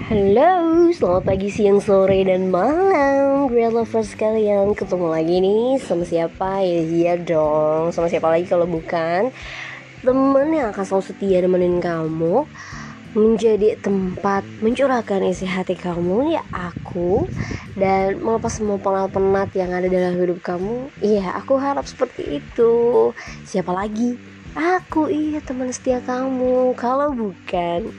Halo, selamat pagi, siang, sore, dan malam Great lovers kalian. Ketemu lagi nih sama siapa? Ya iya dong, sama siapa lagi kalau bukan temen yang akan selalu setia nemenin kamu, menjadi tempat mencurahkan isi hati kamu, ya aku. Dan melepas semua penat-penat yang ada dalam hidup kamu. Iya, aku harap seperti itu. Siapa lagi? Aku, iya, teman setia kamu. Kalau bukan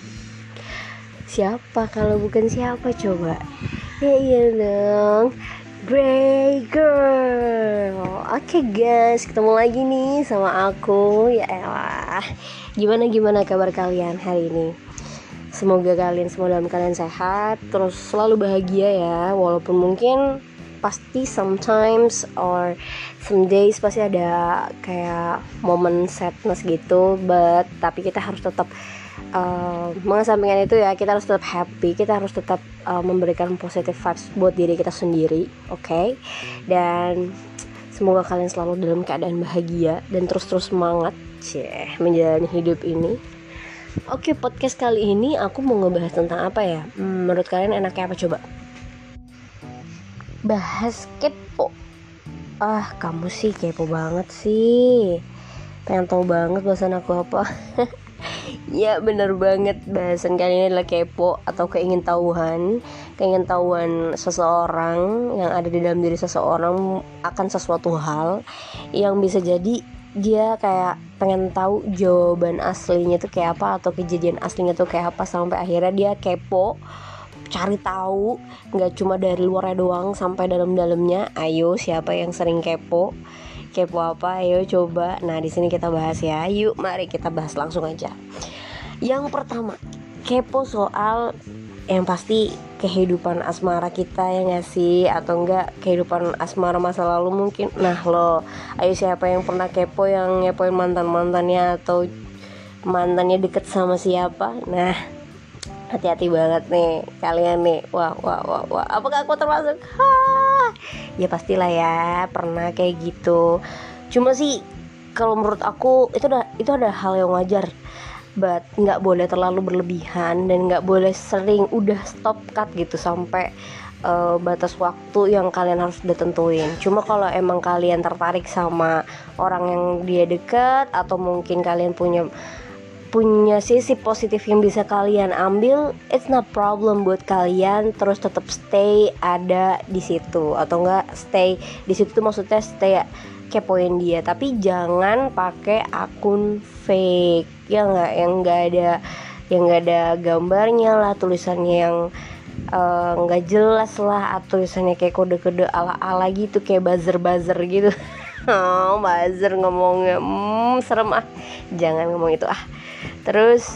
siapa, kalau bukan siapa coba? Ya iya dong, Grey Girl. Oke guys, ketemu lagi nih sama aku. Ya elah, gimana kabar kalian hari ini? Semoga kalian semua dalam keadaan sehat, terus selalu bahagia ya. Walaupun mungkin pasti sometimes or some days pasti ada kayak momen sadness gitu, tapi kita harus tetap mengesampingkan itu ya, kita harus tetap happy, kita harus tetap memberikan positive vibes buat diri kita sendiri, oke? Dan semoga kalian selalu dalam keadaan bahagia dan terus semangat menjalani hidup ini. Oke, podcast kali ini aku mau ngebahas tentang apa ya? Menurut kalian enaknya apa coba? Bahas kepo. Kamu sih kepo banget sih. Pengen tahu banget bahasan aku apa. Ya bener banget, bahasan kali ini adalah kepo atau keingintahuan seseorang yang ada di dalam diri seseorang akan sesuatu hal yang bisa jadi dia kayak pengen tahu jawaban aslinya tuh kayak apa, atau kejadian aslinya tuh kayak apa, sampai akhirnya dia kepo, cari tahu, nggak cuma dari luarnya doang, sampai dalam-dalamnya. Ayo, siapa yang sering kepo? Kepo apa? Ayo coba. Nah, di sini kita bahas ya. Yuk, mari kita bahas langsung aja. Yang pertama, kepo soal yang pasti kehidupan asmara kita, ya nggak sih? Atau enggak kehidupan asmara masa lalu mungkin. Nah lo, ayo siapa yang pernah kepo, yang ngepoin mantannya atau mantannya deket sama siapa? Nah, hati-hati banget nih kalian nih. Wah. Apakah aku termasuk? Ya pastilah ya, pernah kayak gitu. Cuma sih kalau menurut aku itu ada hal yang wajar, but nggak boleh terlalu berlebihan dan nggak boleh sering. Udah stop cut gitu sampai batas waktu yang kalian harus udah tentuin. Cuma kalau emang kalian tertarik sama orang yang dia deket, atau mungkin kalian punya sisi positif yang bisa kalian ambil, it's not problem buat kalian terus tetap stay ada di situ, atau enggak stay di situ tuh maksudnya stay kepoin dia, tapi jangan pakai akun fake ya enggak, yang enggak ada gambarnya lah, tulisannya yang enggak jelas lah, atau tulisannya kayak kode-kode ala-ala gitu, kayak buzzer gitu. Buzzer ngomongnya serem jangan ngomong itu Terus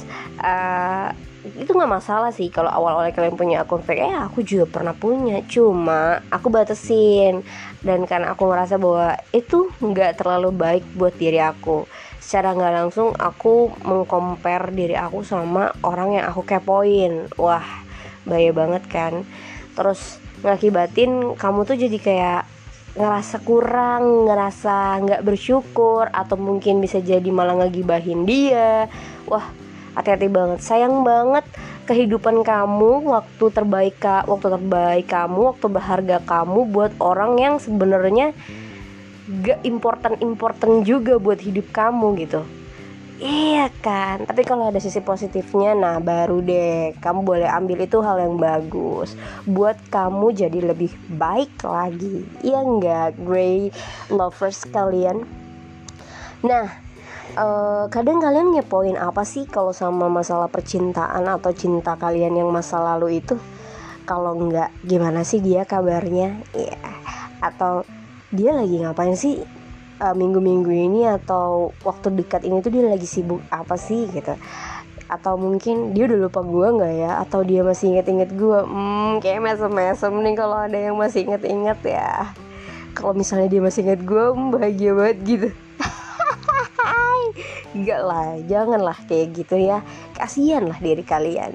itu nggak masalah sih kalau awal-awal kalian punya akun fake. Aku juga pernah punya, cuma aku batasin, dan karena aku merasa bahwa itu nggak terlalu baik buat diri aku. Secara nggak langsung aku mengcompare diri aku sama orang yang aku kepoin. Wah, bahaya banget kan. Terus ngakibatin kamu tuh jadi kayak ngerasa kurang, ngerasa nggak bersyukur, atau mungkin bisa jadi malah ngegibahin dia. Wah, hati-hati banget. Sayang banget kehidupan kamu, waktu terbaik kamu, waktu berharga kamu buat orang yang sebenarnya gak important juga buat hidup kamu gitu. Iya kan, tapi kalau ada sisi positifnya, nah baru deh kamu boleh ambil itu hal yang bagus buat kamu jadi lebih baik lagi. Iya enggak, Grey lovers kalian? Nah, kadang kalian ngepoin apa sih kalau sama masalah percintaan atau cinta kalian yang masa lalu itu? Kalau enggak, gimana sih dia kabarnya? Iya. Atau dia lagi ngapain sih minggu-minggu ini, atau waktu dekat ini tuh dia lagi sibuk apa sih gitu. Atau mungkin dia udah lupa gue gak ya, atau dia masih inget-inget gue. Kayak mesem-mesem nih kalau ada yang masih inget-inget ya. Kalau misalnya dia masih inget gue, bahagia banget gitu. Enggak lah, janganlah kayak gitu ya. Kasian lah diri kalian.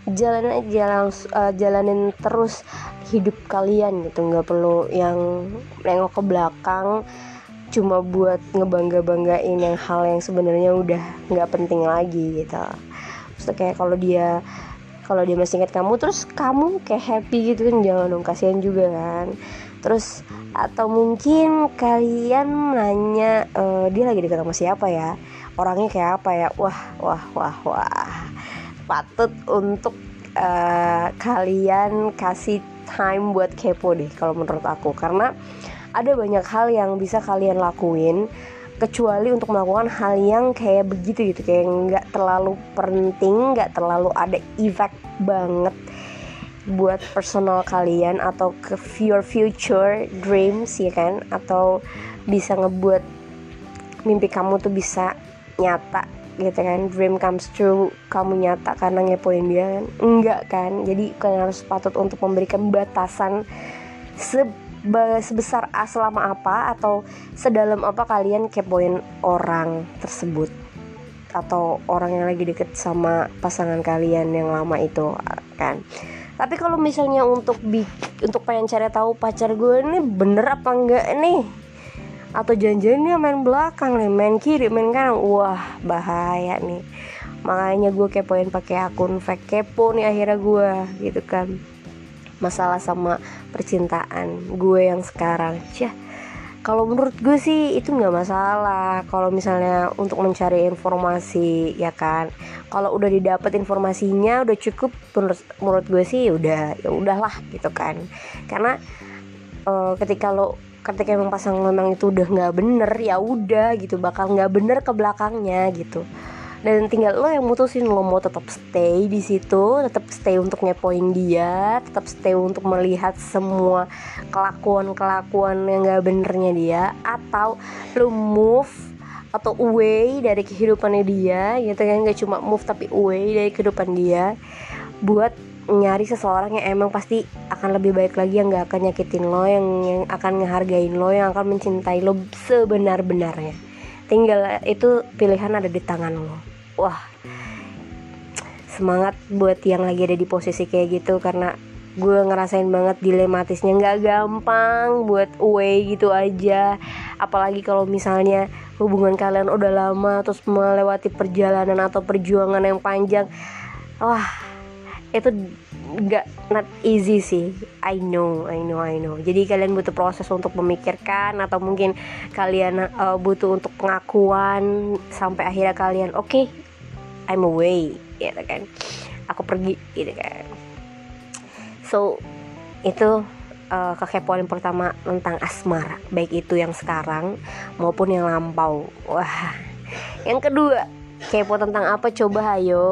Jalanin terus hidup kalian gitu. Gak perlu yang nengok ke belakang cuma buat ngebanggain yang hal yang sebenarnya udah nggak penting lagi gitu. Maksudnya kayak Kalau dia masih ingat kamu terus kamu kayak happy gitu kan, jangan dong, kasihan juga kan. Terus atau mungkin kalian nanya dia lagi dekat sama siapa ya, orangnya kayak apa ya. Wah, patut untuk kalian kasih time buat kepo deh kalau menurut aku. Karena ada banyak hal yang bisa kalian lakuin kecuali untuk melakukan hal yang kayak begitu gitu, kayak nggak terlalu penting, nggak terlalu ada effect banget buat personal kalian atau ke your future dreams ya kan, atau bisa ngebuat mimpi kamu tuh bisa nyata gitu kan, dream comes true, kamu nyata karena ngepoin dia kan, enggak kan. Jadi kalian harus patut untuk memberikan batasan sebesar selama apa atau sedalam apa kalian kepoin orang tersebut atau orang yang lagi deket sama pasangan kalian yang lama itu kan. Tapi kalau misalnya untuk pengen cari tahu pacar gue ini bener apa enggak nih, atau janjian dia main belakang nih, main kiri, main kanan, wah bahaya nih. Makanya gue kepoin pakai akun fake kepo nih akhirnya gue gitu kan. Masalah sama percintaan gue yang sekarang, kalau menurut gue sih itu nggak masalah. Kalau misalnya untuk mencari informasi ya kan, kalau udah didapat informasinya udah cukup, menurut gue sih ya udahlah gitu kan. Karena ketika emang pasangan memang itu udah nggak bener, ya udah gitu, bakal nggak bener ke belakangnya gitu. Dan tinggal lo yang mutusin, lo mau tetap stay di situ, tetap stay untuk ngepoin dia, tetap stay untuk melihat semua kelakuan yang nggak benernya dia, atau lo move atau away dari kehidupannya dia gitu kan. Nggak cuma move tapi away dari kehidupan dia buat nyari seseorang yang emang pasti akan lebih baik lagi, yang gak akan nyakitin lo, yang akan ngehargain lo, yang akan mencintai lo sebenar-benarnya. Tinggal itu pilihan ada di tangan lo. Wah, semangat buat yang lagi ada di posisi kayak gitu, karena gue ngerasain banget dilematisnya. Gak gampang buat away gitu aja, apalagi kalau misalnya hubungan kalian udah lama terus melewati perjalanan atau perjuangan yang panjang. Wah, itu not easy sih. I know. Jadi kalian butuh proses untuk memikirkan, atau mungkin kalian butuh untuk pengakuan sampai akhirnya kalian okay, I'm away gitu kan, aku pergi gitu kan. So itu kekepoan pertama tentang asmara, baik itu yang sekarang maupun yang lampau. Wah, yang kedua, kepo tentang apa coba, ayo.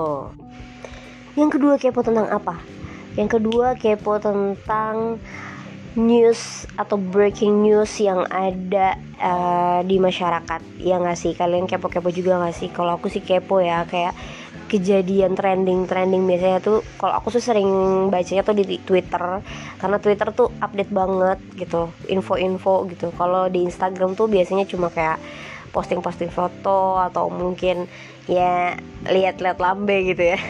Yang kedua kepo tentang apa? Yang kedua kepo tentang news atau breaking news yang ada di masyarakat. Ya nggak sih, kalian kepo-kepo juga nggak sih? Kalau aku sih kepo ya, kayak kejadian trending biasanya tuh. Kalau aku tuh sering bacanya tuh di Twitter, karena Twitter tuh update banget gitu, info-info gitu. Kalau di Instagram tuh biasanya cuma kayak posting foto atau mungkin ya lihat-lihat lambe gitu ya.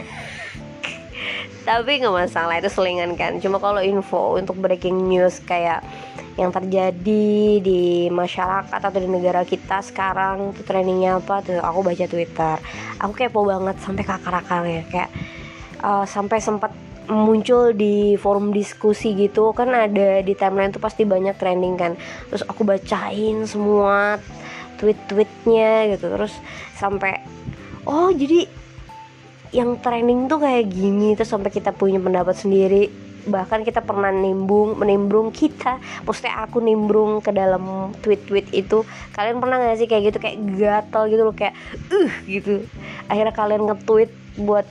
Tapi gak masalah, itu selingan kan. Cuma kalau info untuk breaking news kayak yang terjadi di masyarakat atau di negara kita sekarang tuh trendingnya apa tuh, aku baca Twitter. Aku kepo banget sampai kakak-kakaknya, kayak sampai sempat muncul di forum diskusi gitu kan, ada di timeline tuh pasti banyak trending kan. Terus aku bacain semua tweet-tweetnya gitu, terus sampai oh jadi yang trending tuh kayak gini. Terus sampai kita punya pendapat sendiri, bahkan kita pernah menimbrung kita, maksudnya aku nimbrung ke dalam tweet-tweet itu. Kalian pernah gak sih kayak gitu, kayak gatel gitu loh, kayak gitu. Akhirnya kalian nge-tweet buat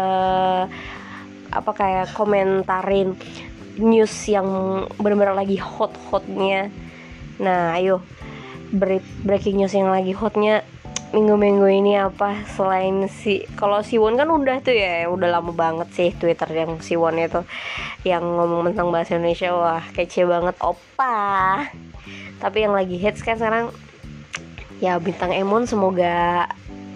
kayak komentarin news yang benar-benar lagi hot-hotnya. Nah ayo, breaking news yang lagi hotnya minggu-minggu ini apa, selain kalau Siwon kan udah tuh ya, udah lama banget sih Twitter yang Siwon itu yang ngomong tentang bahasa Indonesia. Wah kece banget opa. Tapi yang lagi hits kan sekarang ya Bintang Emon. Semoga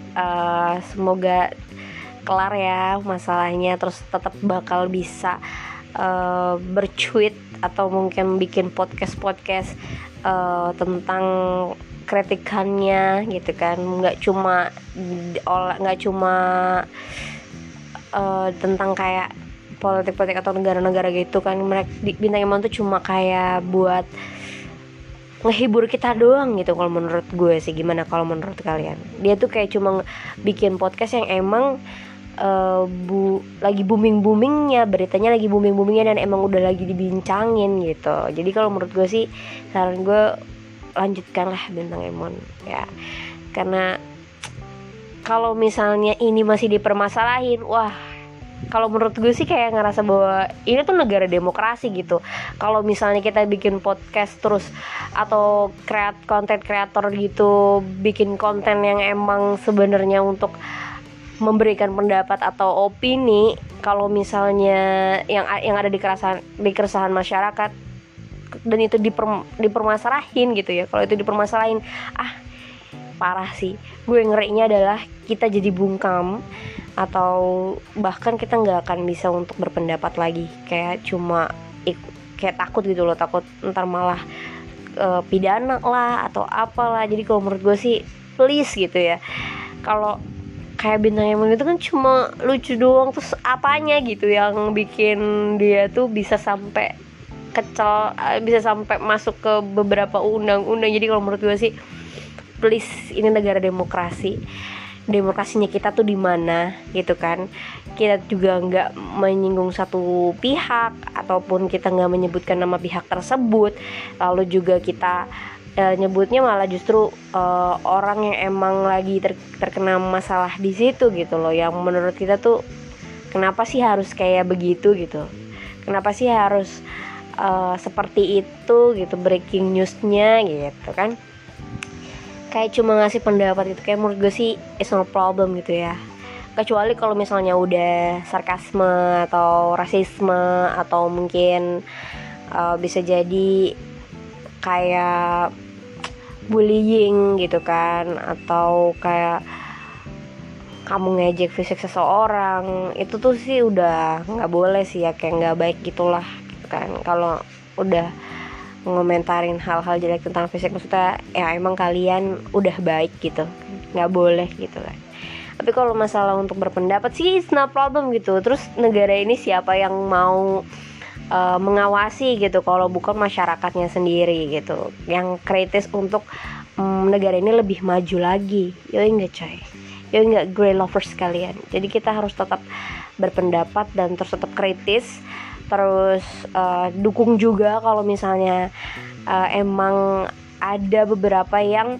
kelar ya masalahnya, terus tetap bakal bisa bertweet atau mungkin bikin podcast tentang kritikannya gitu kan. Nggak cuma tentang kayak politik-politik atau negara-negara gitu kan. Mereka Bintang Emon tuh cuma kayak buat ngehibur kita doang gitu kalau menurut gue sih. Gimana kalau menurut kalian? Dia tuh kayak cuma bikin podcast yang emang lagi booming-boomingnya, beritanya lagi booming-boomingnya dan emang udah lagi dibincangin gitu. Jadi kalau menurut gue sih, saran gue lanjutkanlah Bintang Emon ya. Karena kalau misalnya ini masih dipermasalahin, wah, kalau menurut gue sih kayak ngerasa bahwa ini tuh negara demokrasi gitu. Kalau misalnya kita bikin podcast terus atau konten kreator gitu, bikin konten yang emang sebenarnya untuk memberikan pendapat atau opini, kalau misalnya yang ada di keresahan masyarakat dan itu dipermasalahin gitu ya. Kalau itu dipermasalahin, parah sih. Gue ngerinya adalah kita jadi bungkam, atau bahkan kita nggak akan bisa untuk berpendapat lagi, kayak cuma kayak takut gitu loh, takut ntar malah pidana lah atau apalah. Jadi kalau menurut gue sih please gitu ya, kalau kayak Bintang Emon itu kan cuma lucu doang, terus apanya gitu yang bikin dia tuh bisa sampai bisa sampai masuk ke beberapa undang-undang. Jadi kalau menurut gue sih please, ini negara demokrasi. Demokrasinya kita tuh di mana gitu kan. Kita juga nggak menyinggung satu pihak, ataupun kita nggak menyebutkan nama pihak tersebut. Lalu juga kita nyebutnya malah justru orang yang emang lagi terkena masalah di situ gitu loh. Yang menurut kita tuh kenapa sih harus kayak begitu gitu, kenapa sih harus seperti itu gitu breaking newsnya gitu kan. Kayak cuma ngasih pendapat itu, kayak menurut gue sih it's no problem gitu ya. Kecuali kalau misalnya udah sarkasme atau rasisme, atau mungkin bisa jadi kayak bullying gitu kan, atau kayak kamu ngejek fisik seseorang, itu tuh sih udah nggak boleh sih ya, kayak nggak baik gitulah gitu kan. Kalau udah ngomentarin hal-hal jelek tentang fisik, maksudnya ya emang kalian udah baik gitu, nggak boleh gitu kan. Tapi kalau masalah untuk berpendapat sih it's no problem gitu. Terus negara ini siapa yang mau mengawasi gitu kalau bukan masyarakatnya sendiri gitu, yang kritis untuk negara ini lebih maju lagi. Yoi nggak coy, yoi nggak Grey lovers kalian. Jadi kita harus tetap berpendapat dan terus tetap kritis. Terus dukung juga kalau misalnya emang ada beberapa yang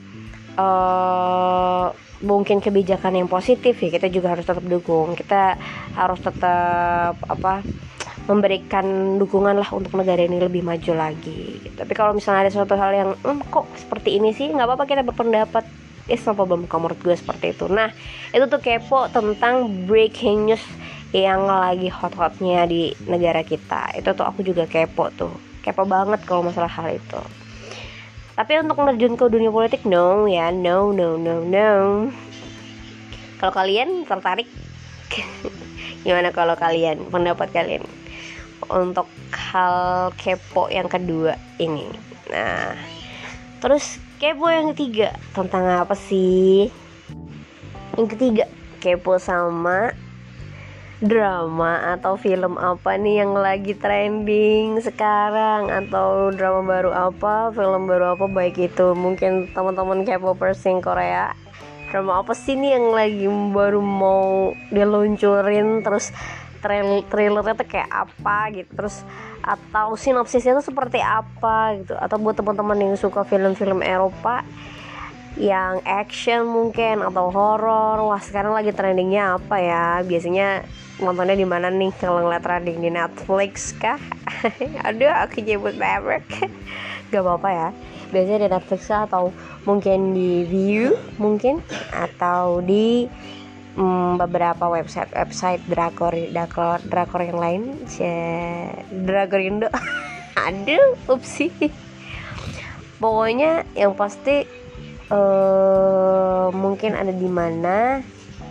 mungkin kebijakan yang positif ya, kita juga harus tetap dukung. Kita harus tetap memberikan dukungan lah untuk negara ini lebih maju lagi. Tapi kalau misalnya ada suatu hal yang kok seperti ini sih, nggak apa-apa kita berpendapat. Sama menurut gue seperti itu. Nah, itu tuh kepo tentang breaking news yang lagi hot-hotnya di negara kita. Itu tuh aku juga kepo kepo banget kalau masalah hal itu. Tapi untuk nerjun ke dunia politik no. Kalau kalian tertarik gimana kalau kalian, pendapat kalian untuk hal kepo yang kedua ini? Nah, terus kepo yang ketiga tentang apa sih? Yang ketiga, kepo sama drama atau film apa nih yang lagi trending sekarang, atau drama baru apa, film baru apa, baik itu mungkin teman-teman K-popers yang Korea. Drama apa sih nih yang lagi baru mau diluncurin, terus trailernya tuh kayak apa gitu, terus atau sinopsisnya tuh seperti apa gitu. Atau buat teman-teman yang suka film-film Eropa yang action mungkin atau horor, wah sekarang lagi trendingnya apa ya? Biasanya nontonnya di mana nih kalau ngeliat trending, di Netflix kah? Aduh, aku nyebut merek. Gak apa-apa ya. Biasanya di Netflix kah, atau mungkin di View mungkin, atau di beberapa website drakor yang lain, drakor Indo. Aduh, upsi. Pokoknya yang pasti mungkin ada di mana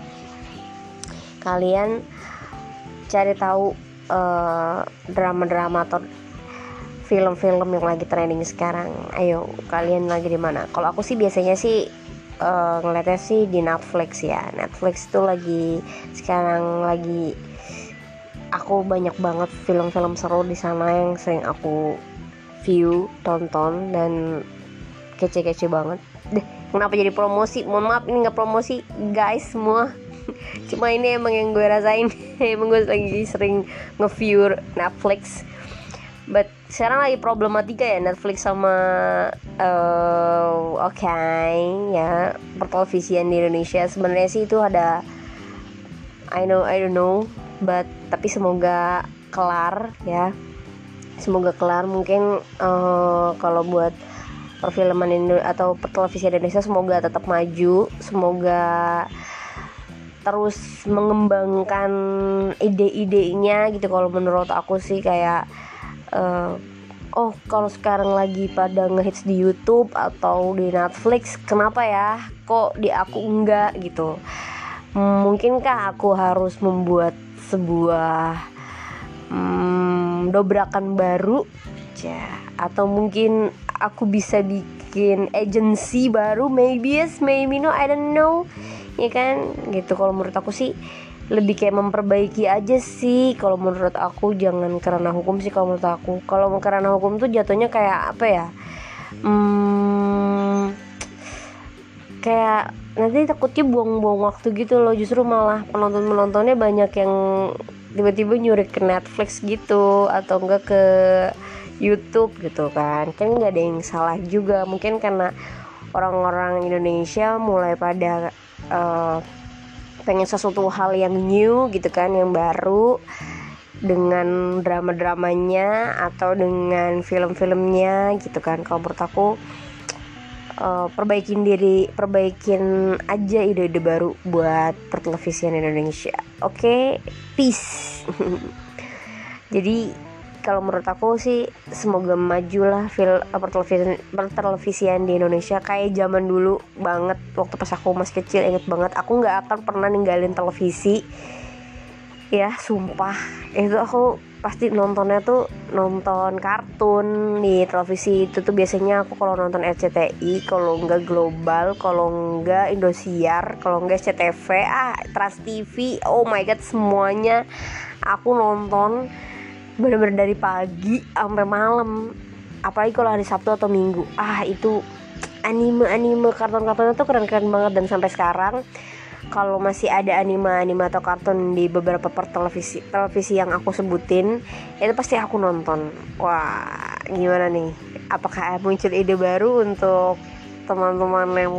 kalian cari tahu drama-drama atau film-film yang lagi trending sekarang. Ayo, kalian lagi di mana? Kalau aku sih biasanya sih ngeliatnya sih di Netflix ya. Netflix tuh sekarang lagi aku banyak banget film-film seru di sana yang sering aku tonton dan kece-kece banget deh. Kenapa jadi promosi? Mohon maaf, ini nggak promosi guys semua. Cuma ini emang yang gue rasain. Emang gue lagi sering nge-view Netflix. But sekarang lagi problematika ya Netflix sama ya pertelevisian di Indonesia. Sebenarnya sih itu ada I don't know, but tapi semoga kelar ya. Semoga kelar. Mungkin kalau buat perfilman atau pertelevisian Indonesia semoga tetap maju, semoga terus mengembangkan ide-idenya gitu. Kalau menurut aku sih kayak kalau sekarang lagi pada ngehits di YouTube atau di Netflix, kenapa ya kok di aku enggak gitu. Mungkinkah aku harus membuat sebuah dobrakan baru atau mungkin aku bisa bikin agency baru, maybe yes, maybe no, I don't know, ya kan gitu. Kalau menurut aku sih lebih kayak memperbaiki aja sih. Kalau menurut aku jangan karena hukum sih. Kalau menurut aku, kalau karena hukum tuh jatuhnya kayak apa ya, kayak nanti takutnya buang-buang waktu gitu loh. Justru malah penontonnya banyak yang tiba-tiba nyurik ke Netflix gitu atau enggak ke YouTube gitu kan nggak ada yang salah juga. Mungkin karena orang-orang Indonesia mulai pada pengen sesuatu hal yang new gitu kan, yang baru, dengan drama-dramanya atau dengan film-filmnya gitu kan. Kalau menurut aku perbaikin aja ide-ide baru buat pertelevisian Indonesia. Oke, peace. Jadi kalau menurut aku sih semoga majulah pertelevisian di Indonesia kayak zaman dulu banget. Waktu pas aku masih kecil, inget banget, aku nggak akan pernah ninggalin televisi ya, sumpah. Itu aku pasti nontonnya tuh nonton kartun di televisi. Itu tuh biasanya aku kalau nonton RCTI, kalau enggak Global, kalau enggak Indosiar, kalau enggak SCTV, Trans TV, oh my god, semuanya aku nonton bener-bener dari pagi sampai malam. Apalagi kalau hari Sabtu atau Minggu, itu anime kartun-kartunnya tuh keren-keren banget. Dan sampai sekarang kalau masih ada anime atau kartun di beberapa televisi yang aku sebutin, itu pasti aku nonton. Wah, gimana nih? Apakah muncul ide baru untuk teman-teman yang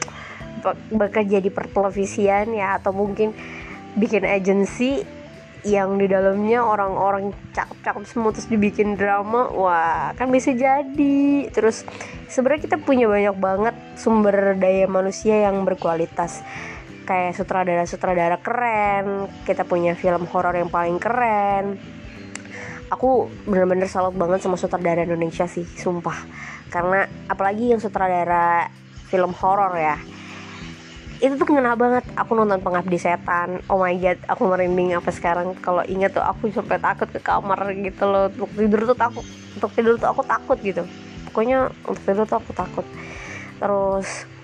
bekerja di pertelevisian ya, atau mungkin bikin agensi yang di dalamnya orang-orang cakep-cakep semua terus dibikin drama? Wah, kan bisa jadi. Terus sebenarnya kita punya banyak banget sumber daya manusia yang berkualitas, kayak sutradara keren, kita punya film horor yang paling keren. Aku bener-bener salut banget sama sutradara Indonesia sih, sumpah. Karena apalagi yang sutradara film horor ya, itu tuh ngena banget. Aku nonton Pengabdi Setan, oh my god, aku merinding apa sekarang kalau ingat tuh. Aku sampai takut ke kamar gitu loh. Untuk tidur tuh aku takut gitu. Pokoknya untuk tidur tuh aku takut. Terus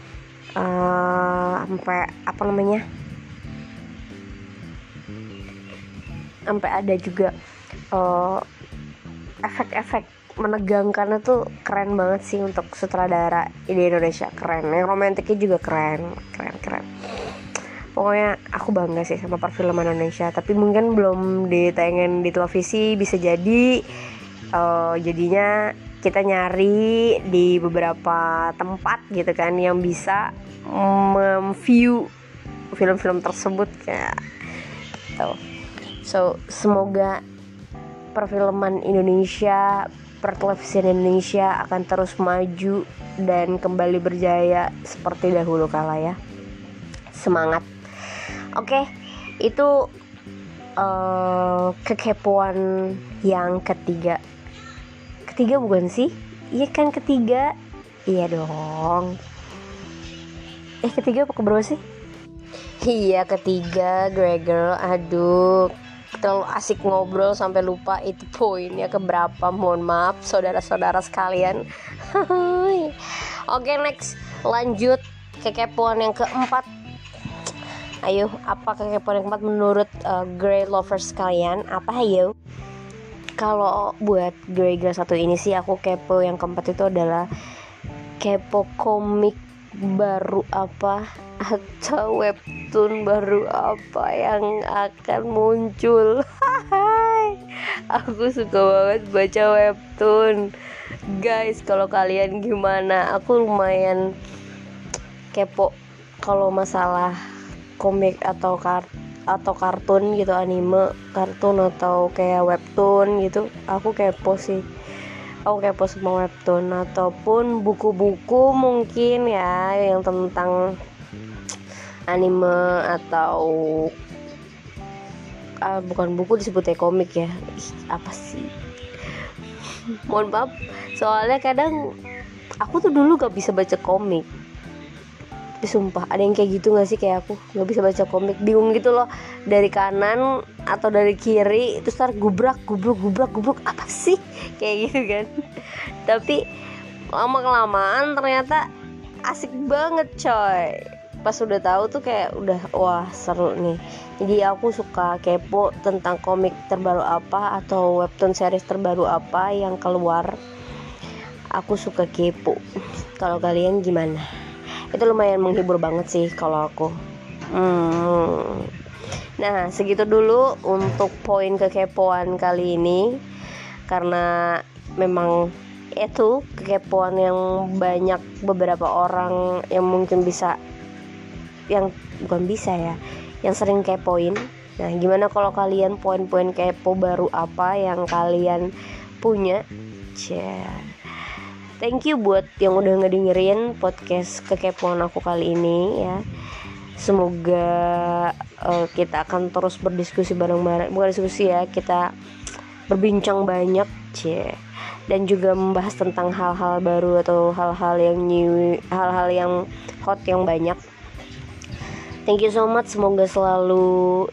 sampai ada juga efek-efek menegangkannya tuh keren banget sih untuk sutradara di Indonesia. Keren, yang romantiknya juga keren. Pokoknya aku bangga sih sama perfilman Indonesia. Tapi mungkin belum ditayangin di televisi, bisa jadi jadinya kita nyari di beberapa tempat gitu kan yang bisa view film-film tersebut kayak gitu. So semoga perfilman Indonesia, pertelevisian Indonesia akan terus maju dan kembali berjaya seperti dahulu kala ya. Semangat. Oke, itu kekepoan yang ketiga bukan sih? Iya kan ketiga? Iya dong. Ketiga apa keberapa sih? Iya ketiga, Gregor. Aduh, terlalu asik ngobrol sampai lupa itu poinnya keberapa. Mohon maaf saudara-saudara sekalian. Oke, next, lanjut kekepoan yang keempat. Ayo, apa kekepoan yang keempat menurut Grey lovers kalian? Apa ayo? Kalau buat Grey Girl 1 ini sih, aku kepo yang keempat itu adalah kepo komik baru apa atau webtoon baru apa yang akan muncul. Aku suka banget baca webtoon. Guys, kalau kalian gimana? Aku lumayan kepo kalau masalah komik atau kartun gitu, anime, kartun atau kayak webtoon gitu. Aku kepo sih. Aku kepo semua webtoon ataupun buku-buku mungkin ya yang tentang anime atau bukan buku disebutnya komik ya. Apa sih? Mohon maaf, soalnya kadang aku tuh dulu gak bisa baca komik. Sumpah, ada yang kayak gitu gak sih kayak aku gak bisa baca komik, bingung gitu loh, dari kanan atau dari kiri terus ntar gubrak apa sih kayak gitu kan. Tapi lama kelamaan ternyata asik banget coy. Pas udah tahu tuh kayak udah wah seru nih. Jadi aku suka kepo tentang komik terbaru apa atau webtoon series terbaru apa yang keluar. Aku suka kepo. Kalau kalian gimana? Itu lumayan menghibur banget sih kalau aku. Nah, segitu dulu untuk poin kekepoan kali ini. Karena memang itu kekepoan yang banyak beberapa orang yang mungkin bisa, yang bukan bisa ya, yang sering kepoin. Nah, gimana kalau kalian poin-poin kepo baru apa yang kalian punya? Thank you buat yang udah ngedengerin podcast kekepoan aku kali ini ya. Semoga kita akan terus berdiskusi bareng-bareng. Bukan diskusi ya, kita berbincang banyak dan juga membahas tentang hal-hal baru atau hal-hal yang new, hal-hal yang hot yang banyak. Thank you so much, semoga selalu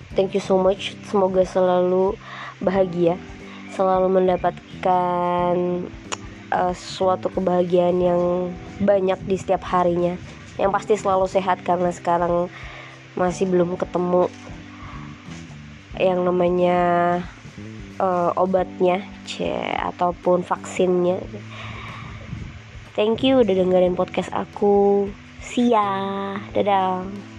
bahagia, selalu mendapatkan suatu kebahagiaan yang banyak di setiap harinya. Yang pasti selalu sehat, karena sekarang masih belum ketemu yang namanya obatnya ataupun vaksinnya. Thank you udah dengerin podcast aku. See ya. Dadah.